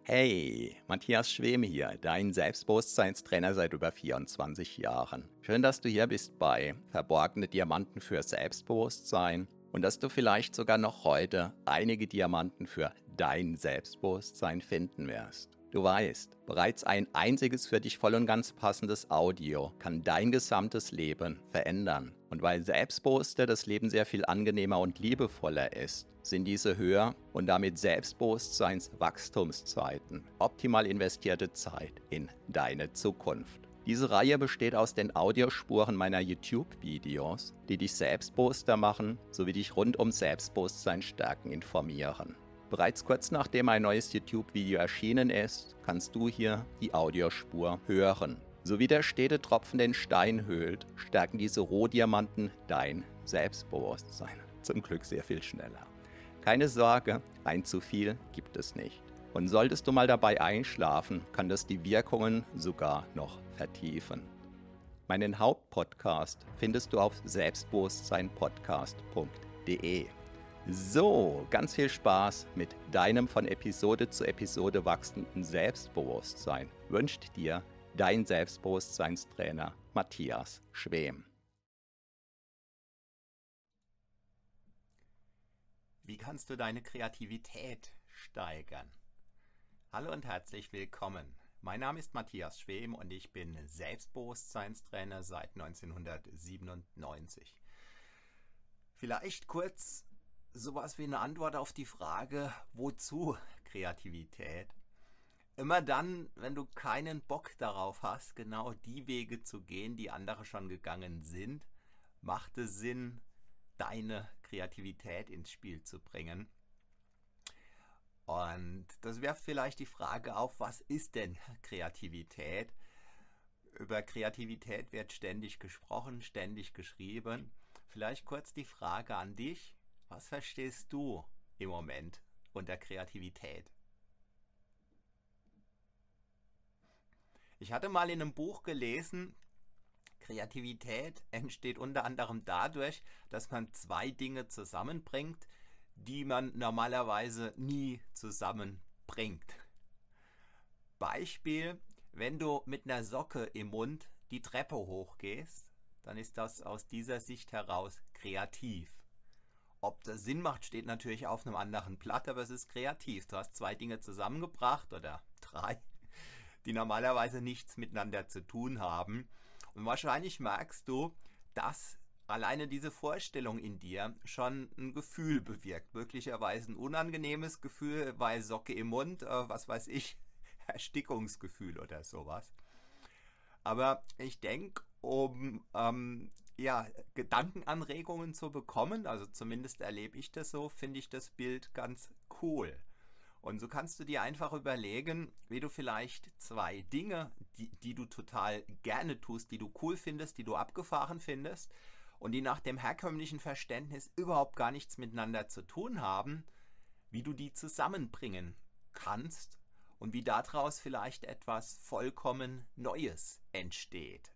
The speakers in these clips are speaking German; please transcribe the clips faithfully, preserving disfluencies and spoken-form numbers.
Hey, Matthias Schwem hier, dein Selbstbewusstseinstrainer seit über vierundzwanzig Jahren. Schön, dass du hier bist bei Verborgene Diamanten für Selbstbewusstsein und dass du vielleicht sogar noch heute einige Diamanten für dein Selbstbewusstsein finden wirst. Du weißt, bereits ein einziges für dich voll und ganz passendes Audio kann dein gesamtes Leben verändern. Und weil Selbstbewusster das Leben sehr viel angenehmer und liebevoller ist, sind diese Höher- und damit Selbstbewusstseinswachstumszeiten optimal investierte Zeit in deine Zukunft. Diese Reihe besteht aus den Audiospuren meiner YouTube-Videos, die dich selbstbewusster machen, sowie dich rund um Selbstbewusstsein stärken informieren. Bereits kurz nachdem ein neues YouTube-Video erschienen ist, kannst du hier die Audiospur hören. So wie der stete Tropfen den Stein höhlt, stärken diese Rohdiamanten dein Selbstbewusstsein. Zum Glück sehr viel schneller. Keine Sorge, ein zu viel gibt es nicht. Und solltest du mal dabei einschlafen, kann das die Wirkungen sogar noch vertiefen. Meinen Hauptpodcast findest du auf selbstbewusstsein podcast punkt de. So, ganz viel Spaß mit deinem von Episode zu Episode wachsenden Selbstbewusstsein wünscht dir dein Selbstbewusstseinstrainer Matthias Schwem. Wie kannst du deine Kreativität steigern? Hallo und herzlich willkommen. Mein Name ist Matthias Schwem und ich bin Selbstbewusstseinstrainer seit neunzehnhundertsiebenundneunzig. Vielleicht kurz sowas wie eine Antwort auf die Frage, wozu Kreativität? Immer dann, wenn du keinen Bock darauf hast, genau die Wege zu gehen, die andere schon gegangen sind, macht es Sinn, deine Kreativität ins Spiel zu bringen. Und das wirft vielleicht die Frage auf, was ist denn Kreativität? Über Kreativität wird ständig gesprochen, ständig geschrieben. Vielleicht kurz die Frage an dich. Was verstehst du im Moment unter Kreativität? Ich hatte mal in einem Buch gelesen, Kreativität entsteht unter anderem dadurch, dass man zwei Dinge zusammenbringt, die man normalerweise nie zusammenbringt. Beispiel, wenn du mit einer Socke im Mund die Treppe hochgehst, dann ist das aus dieser Sicht heraus kreativ. Ob das Sinn macht, steht natürlich auf einem anderen Blatt, aber es ist kreativ. Du hast zwei Dinge zusammengebracht oder drei, die normalerweise nichts miteinander zu tun haben. Und wahrscheinlich merkst du, dass alleine diese Vorstellung in dir schon ein Gefühl bewirkt. Möglicherweise ein unangenehmes Gefühl, weil Socke im Mund, äh, was weiß ich, Erstickungsgefühl oder sowas. Aber ich denke, um ähm, ja, Gedankenanregungen zu bekommen, also zumindest erlebe ich das so, finde ich das Bild ganz cool. Und so kannst du dir einfach überlegen, wie du vielleicht zwei Dinge, die, die du total gerne tust, die du cool findest, die du abgefahren findest und die nach dem herkömmlichen Verständnis überhaupt gar nichts miteinander zu tun haben, wie du die zusammenbringen kannst und wie daraus vielleicht etwas vollkommen Neues entsteht.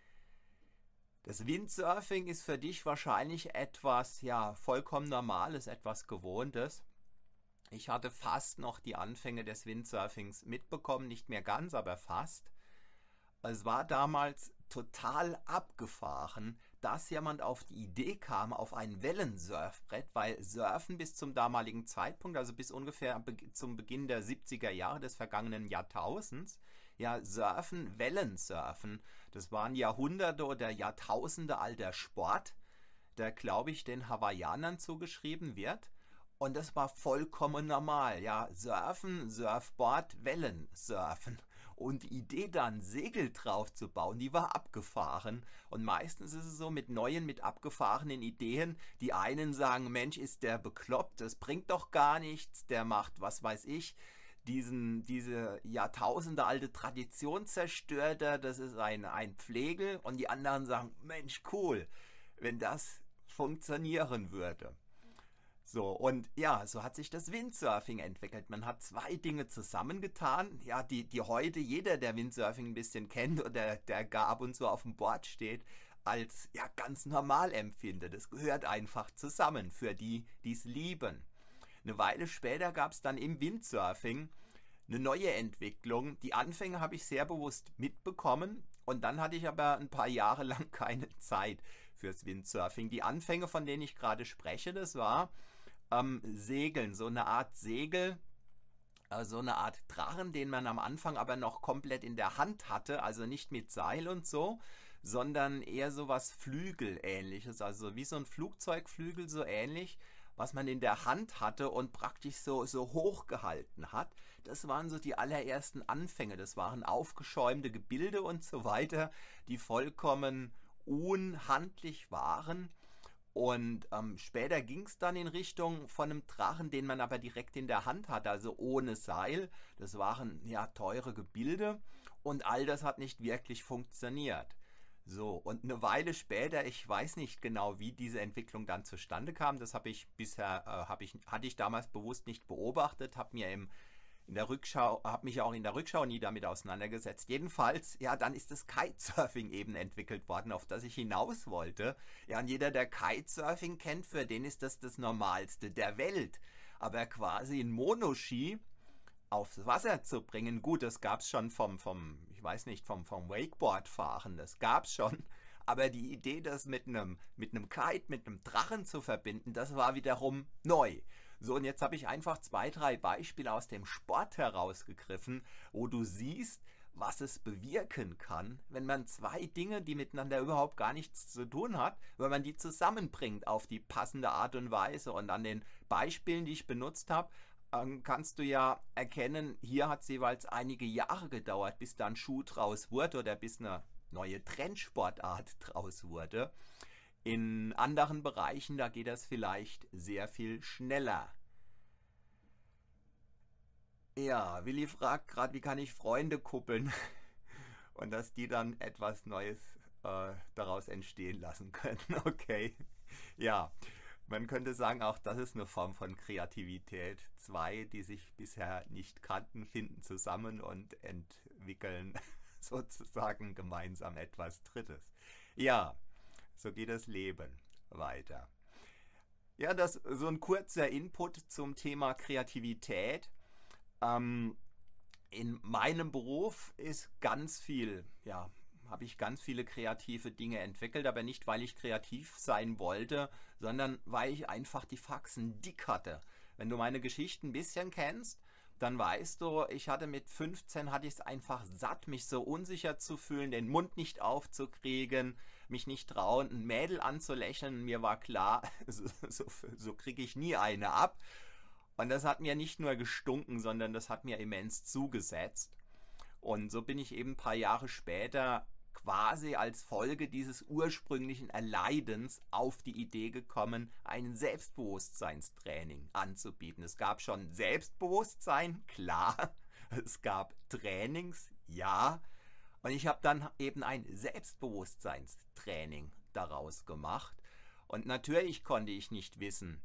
Das Windsurfing ist für dich wahrscheinlich etwas, ja, vollkommen Normales, etwas Gewohntes. Ich hatte fast noch die Anfänge des Windsurfings mitbekommen, nicht mehr ganz, aber fast. Es war damals total abgefahren, dass jemand auf die Idee kam, auf ein Wellensurfbrett, weil Surfen bis zum damaligen Zeitpunkt, also bis ungefähr zum Beginn der siebziger Jahre des vergangenen Jahrtausends, ja, Surfen, Wellensurfen, das waren Jahrhunderte oder Jahrtausende alter Sport, der, glaube ich, den Hawaiianern zugeschrieben wird. Und das war vollkommen normal, ja, Surfen, Surfboard, Wellensurfen. Und die Idee dann, Segel drauf zu bauen, die war abgefahren. Und meistens ist es so mit neuen, mit abgefahrenen Ideen, die einen sagen, Mensch, ist der bekloppt, das bringt doch gar nichts, der macht, was weiß ich, diesen, diese Jahrtausende alte Tradition zerstört er, das ist ein, ein Pflegel. Und die anderen sagen, Mensch, cool, wenn das funktionieren würde. So, und ja, so hat sich das Windsurfing entwickelt. Man hat zwei Dinge zusammengetan, ja, die, die heute jeder, der Windsurfing ein bisschen kennt oder der gar ab und zu auf dem Board steht, als ja ganz normal empfindet. Es gehört einfach zusammen für die, die es lieben. Eine Weile später gab es dann im Windsurfing eine neue Entwicklung. Die Anfänge habe ich sehr bewusst mitbekommen und dann hatte ich aber ein paar Jahre lang keine Zeit fürs Windsurfing. Die Anfänge, von denen ich gerade spreche, das war ähm, Segeln, so eine Art Segel, äh, so eine Art Drachen, den man am Anfang aber noch komplett in der Hand hatte, also nicht mit Seil und so, sondern eher so was Flügelähnliches, also wie so ein Flugzeugflügel so ähnlich, was man in der Hand hatte und praktisch so, so hochgehalten hat. Das waren so die allerersten Anfänge. Das waren aufgeschäumte Gebilde und so weiter, die vollkommen unhandlich waren. Und ähm, später ging es dann in Richtung von einem Drachen, den man aber direkt in der Hand hatte, also ohne Seil. Das waren ja teure Gebilde und all das hat nicht wirklich funktioniert. So, und eine Weile später, ich weiß nicht genau, wie diese Entwicklung dann zustande kam, das habe ich bisher, äh, hab ich, hatte ich damals bewusst nicht beobachtet, habe mir im in der Rückschau, habe mich auch in der Rückschau nie damit auseinandergesetzt. Jedenfalls, ja, dann ist das Kitesurfing eben entwickelt worden, auf das ich hinaus wollte. Ja, und jeder, der Kitesurfing kennt, für den ist das das Normalste der Welt. Aber quasi ein Monoski aufs Wasser zu bringen, gut, das gab es schon vom, vom, ich weiß nicht, vom, vom Wakeboardfahren, das gab es schon. Aber die Idee, das mit einem, mit einem Kite, mit einem Drachen zu verbinden, das war wiederum neu. So, und jetzt habe ich einfach zwei, drei Beispiele aus dem Sport herausgegriffen, wo du siehst, was es bewirken kann, wenn man zwei Dinge, die miteinander überhaupt gar nichts zu tun hat, wenn man die zusammenbringt auf die passende Art und Weise. Und an den Beispielen, die ich benutzt habe, ähm, kannst du ja erkennen, hier hat es jeweils einige Jahre gedauert, bis da ein Schuh draus wurde oder bis eine neue Trendsportart draus wurde. In anderen Bereichen, da geht das vielleicht sehr viel schneller. Ja, Willi fragt gerade, wie kann ich Freunde kuppeln und dass die dann etwas Neues äh, daraus entstehen lassen können. Okay, ja, man könnte sagen, auch das ist eine Form von Kreativität. Zwei, die sich bisher nicht kannten, finden zusammen und entwickeln sozusagen gemeinsam etwas Drittes. Ja, so geht das Leben weiter. Ja, das so ein kurzer Input zum Thema Kreativität. Ähm, in meinem Beruf ist ganz viel, ja, habe ich ganz viele kreative Dinge entwickelt, aber nicht, weil ich kreativ sein wollte, sondern weil ich einfach die Faxen dick hatte. Wenn du meine Geschichte ein bisschen kennst, dann weißt du, ich hatte mit fünfzehn, hatte ich es einfach satt, mich so unsicher zu fühlen, den Mund nicht aufzukriegen, mich nicht trauen, ein Mädel anzulächeln. Mir war klar, so, so, so kriege ich nie eine ab. Und das hat mir nicht nur gestunken, sondern das hat mir immens zugesetzt. Und so bin ich eben ein paar Jahre später quasi als Folge dieses ursprünglichen Erleidens auf die Idee gekommen, ein Selbstbewusstseinstraining anzubieten. Es gab schon Selbstbewusstsein, klar. Es gab Trainings, ja. Und ich habe dann eben ein Selbstbewusstseinstraining daraus gemacht. Und natürlich konnte ich nicht wissen,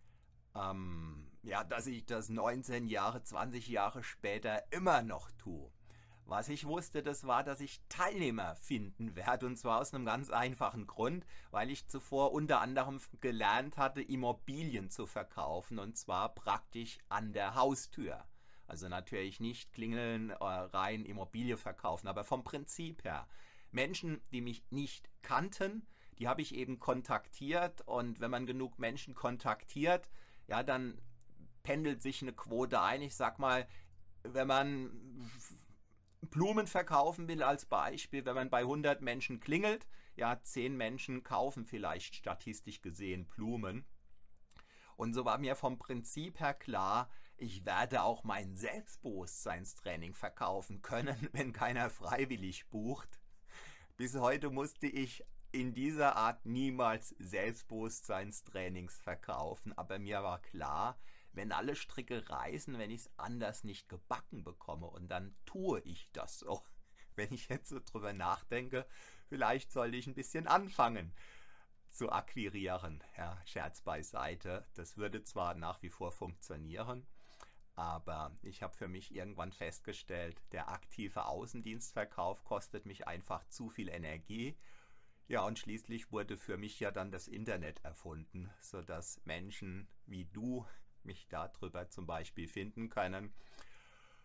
ähm, ja, dass ich das neunzehn Jahre, zwanzig Jahre später immer noch tue. Was ich wusste, das war, dass ich Teilnehmer finden werde, und zwar aus einem ganz einfachen Grund, weil ich zuvor unter anderem gelernt hatte, Immobilien zu verkaufen, und zwar praktisch an der Haustür. Also natürlich nicht klingeln, äh, rein Immobilie verkaufen, aber vom Prinzip her. Menschen, die mich nicht kannten, die habe ich eben kontaktiert, und wenn man genug Menschen kontaktiert, ja, dann pendelt sich eine Quote ein. Ich sag mal, wenn man Blumen verkaufen will als Beispiel, wenn man bei hundert Menschen klingelt, ja, zehn Menschen kaufen vielleicht statistisch gesehen Blumen. Und so war mir vom Prinzip her klar, ich werde auch mein Selbstbewusstseinstraining verkaufen können, wenn keiner freiwillig bucht. Bis heute musste ich in dieser Art niemals Selbstbewusstseinstrainings verkaufen, aber mir war klar, wenn alle Stricke reißen, wenn ich es anders nicht gebacken bekomme, und dann tue ich das so. Wenn ich jetzt so drüber nachdenke, vielleicht sollte ich ein bisschen anfangen zu akquirieren. Ja, Scherz beiseite. Das würde zwar nach wie vor funktionieren, aber ich habe für mich irgendwann festgestellt, der aktive Außendienstverkauf kostet mich einfach zu viel Energie. Ja, und schließlich wurde für mich ja dann das Internet erfunden, sodass Menschen wie du mich darüber zum Beispiel finden können.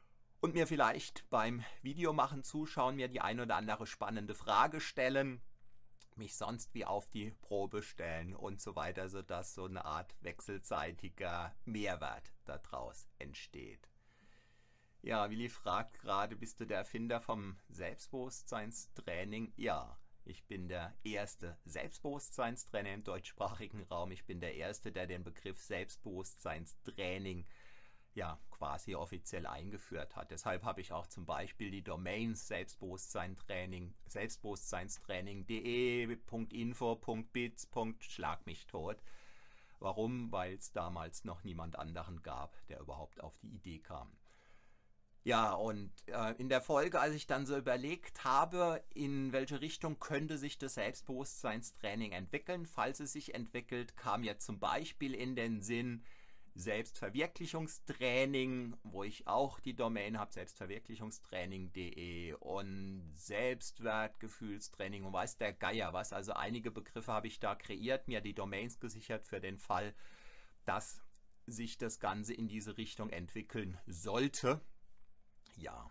und mir vielleicht beim Videomachen zuschauen, mir die ein oder andere spannende Frage stellen, mich sonst wie auf die Probe stellen und so weiter, sodass so eine Art wechselseitiger Mehrwert daraus entsteht. Ja, Willi fragt gerade, bist du der Erfinder vom Selbstbewusstseinstraining? Ja, ich bin der erste Selbstbewusstseinstrainer im deutschsprachigen Raum. Ich bin der erste, der den Begriff Selbstbewusstseinstraining ja quasi offiziell eingeführt hat. Deshalb habe ich auch zum Beispiel die Domains Selbstbewusstseinstraining, selbstbewusstseinstraining.de, .info, .bits, .schlag mich tot. Warum? Weil es damals noch niemand anderen gab, der überhaupt auf die Idee kam. Ja, und äh, in der Folge, als ich dann so überlegt habe, in welche Richtung könnte sich das Selbstbewusstseinstraining entwickeln, falls es sich entwickelt, kam ja zum Beispiel in den Sinn Selbstverwirklichungstraining, wo ich auch die Domain habe, selbstverwirklichungstraining punkt de und Selbstwertgefühlstraining und weiß der Geier was. Also einige Begriffe habe ich da kreiert, mir die Domains gesichert für den Fall, dass sich das Ganze in diese Richtung entwickeln sollte. Ja.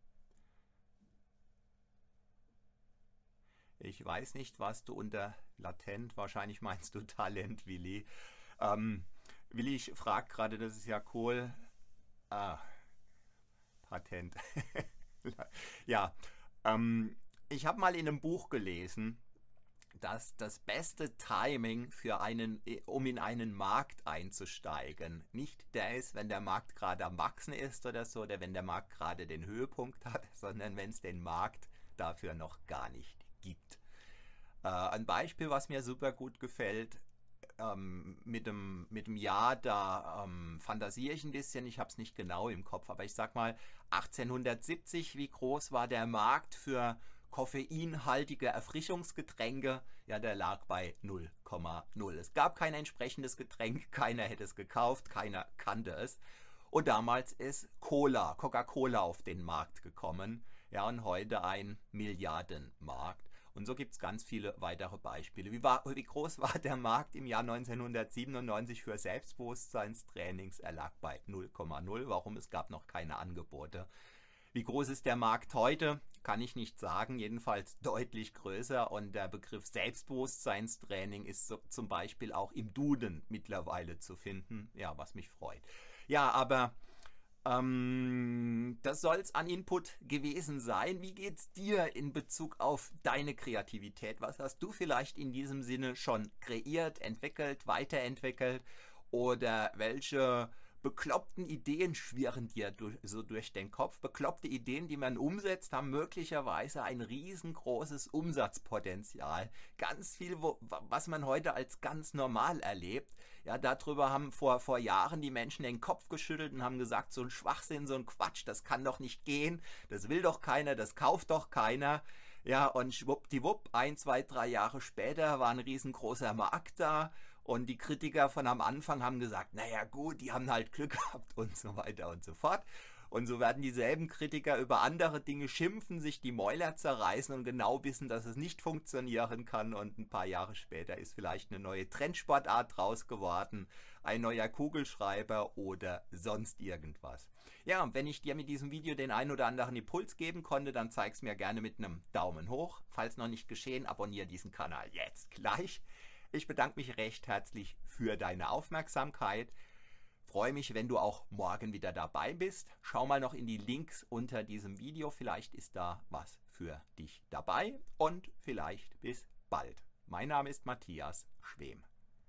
Ich weiß nicht, was du unter latent, wahrscheinlich meinst du Talent, Willi. Ähm, Willi, ich frage gerade, das ist ja cool. Ah, Patent. Ja, ähm, ich habe mal in einem Buch gelesen, dass das beste Timing für einen, um in einen Markt einzusteigen, nicht der ist, wenn der Markt gerade am Wachsen ist oder so, oder wenn der Markt gerade den Höhepunkt hat, sondern wenn es den Markt dafür noch gar nicht gibt. Äh, ein Beispiel, was mir super gut gefällt, ähm, mit dem, mit dem Jahr, da ähm, fantasiere ich ein bisschen, ich habe es nicht genau im Kopf, aber ich sag mal achtzehnhundertsiebzig, wie groß war der Markt für koffeinhaltige Erfrischungsgetränke? Ja, der lag bei null Komma null. Es gab kein entsprechendes Getränk, keiner hätte es gekauft, keiner kannte es. Und damals ist Cola, Coca-Cola auf den Markt gekommen. Ja, und heute ein Milliardenmarkt. Und so gibt es ganz viele weitere Beispiele. Wie, war, wie groß war der Markt im Jahr neunzehnhundertsiebenundneunzig für Selbstbewusstseinstrainings? Er lag bei null Komma null. Warum? Es gab noch keine Angebote. Wie groß ist der Markt heute? Kann ich nicht sagen, jedenfalls deutlich größer, und der Begriff Selbstbewusstseinstraining ist so, zum Beispiel auch im Duden mittlerweile zu finden, ja, was mich freut. Ja, aber ähm, das soll es an Input gewesen sein. Wie geht's dir in Bezug auf deine Kreativität? Was hast du vielleicht in diesem Sinne schon kreiert, entwickelt, weiterentwickelt, oder welche bekloppten Ideen schwirren dir durch, so durch den Kopf? Bekloppte Ideen, die man umsetzt, haben möglicherweise ein riesengroßes Umsatzpotenzial. Ganz viel, wo, was man heute als ganz normal erlebt. Ja, darüber haben vor, vor Jahren die Menschen den Kopf geschüttelt und haben gesagt, so ein Schwachsinn, so ein Quatsch, das kann doch nicht gehen, das will doch keiner, das kauft doch keiner. Ja, und schwuppdiwupp, ein, zwei, drei Jahre später war ein riesengroßer Markt da. Und die Kritiker von am Anfang haben gesagt, naja gut, die haben halt Glück gehabt und so weiter und so fort. Und so werden dieselben Kritiker über andere Dinge schimpfen, sich die Mäuler zerreißen und genau wissen, dass es nicht funktionieren kann. Und ein paar Jahre später ist vielleicht eine neue Trendsportart draus geworden, ein neuer Kugelschreiber oder sonst irgendwas. Ja, und wenn ich dir mit diesem Video den ein oder anderen Impuls geben konnte, dann zeig es mir gerne mit einem Daumen hoch. Falls noch nicht geschehen, abonniere diesen Kanal jetzt gleich. Ich bedanke mich recht herzlich für deine Aufmerksamkeit. Freue mich, wenn du auch morgen wieder dabei bist. Schau mal noch in die Links unter diesem Video. Vielleicht ist da was für dich dabei. Und vielleicht bis bald. Mein Name ist Matthias Schwem.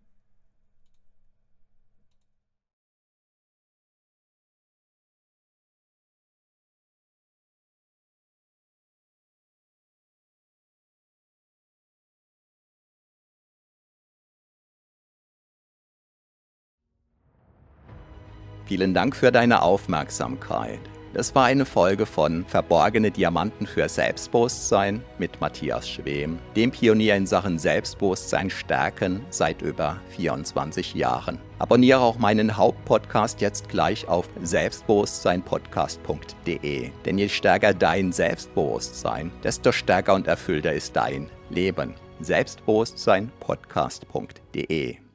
Vielen Dank für deine Aufmerksamkeit. Das war eine Folge von Verborgene Diamanten für Selbstbewusstsein mit Matthias Schwem, dem Pionier in Sachen Selbstbewusstsein stärken seit über vierundzwanzig Jahren. Abonniere auch meinen Hauptpodcast jetzt gleich auf selbstbewusstsein podcast punkt de. Denn je stärker dein Selbstbewusstsein, desto stärker und erfüllter ist dein Leben. selbstbewusstsein podcast punkt de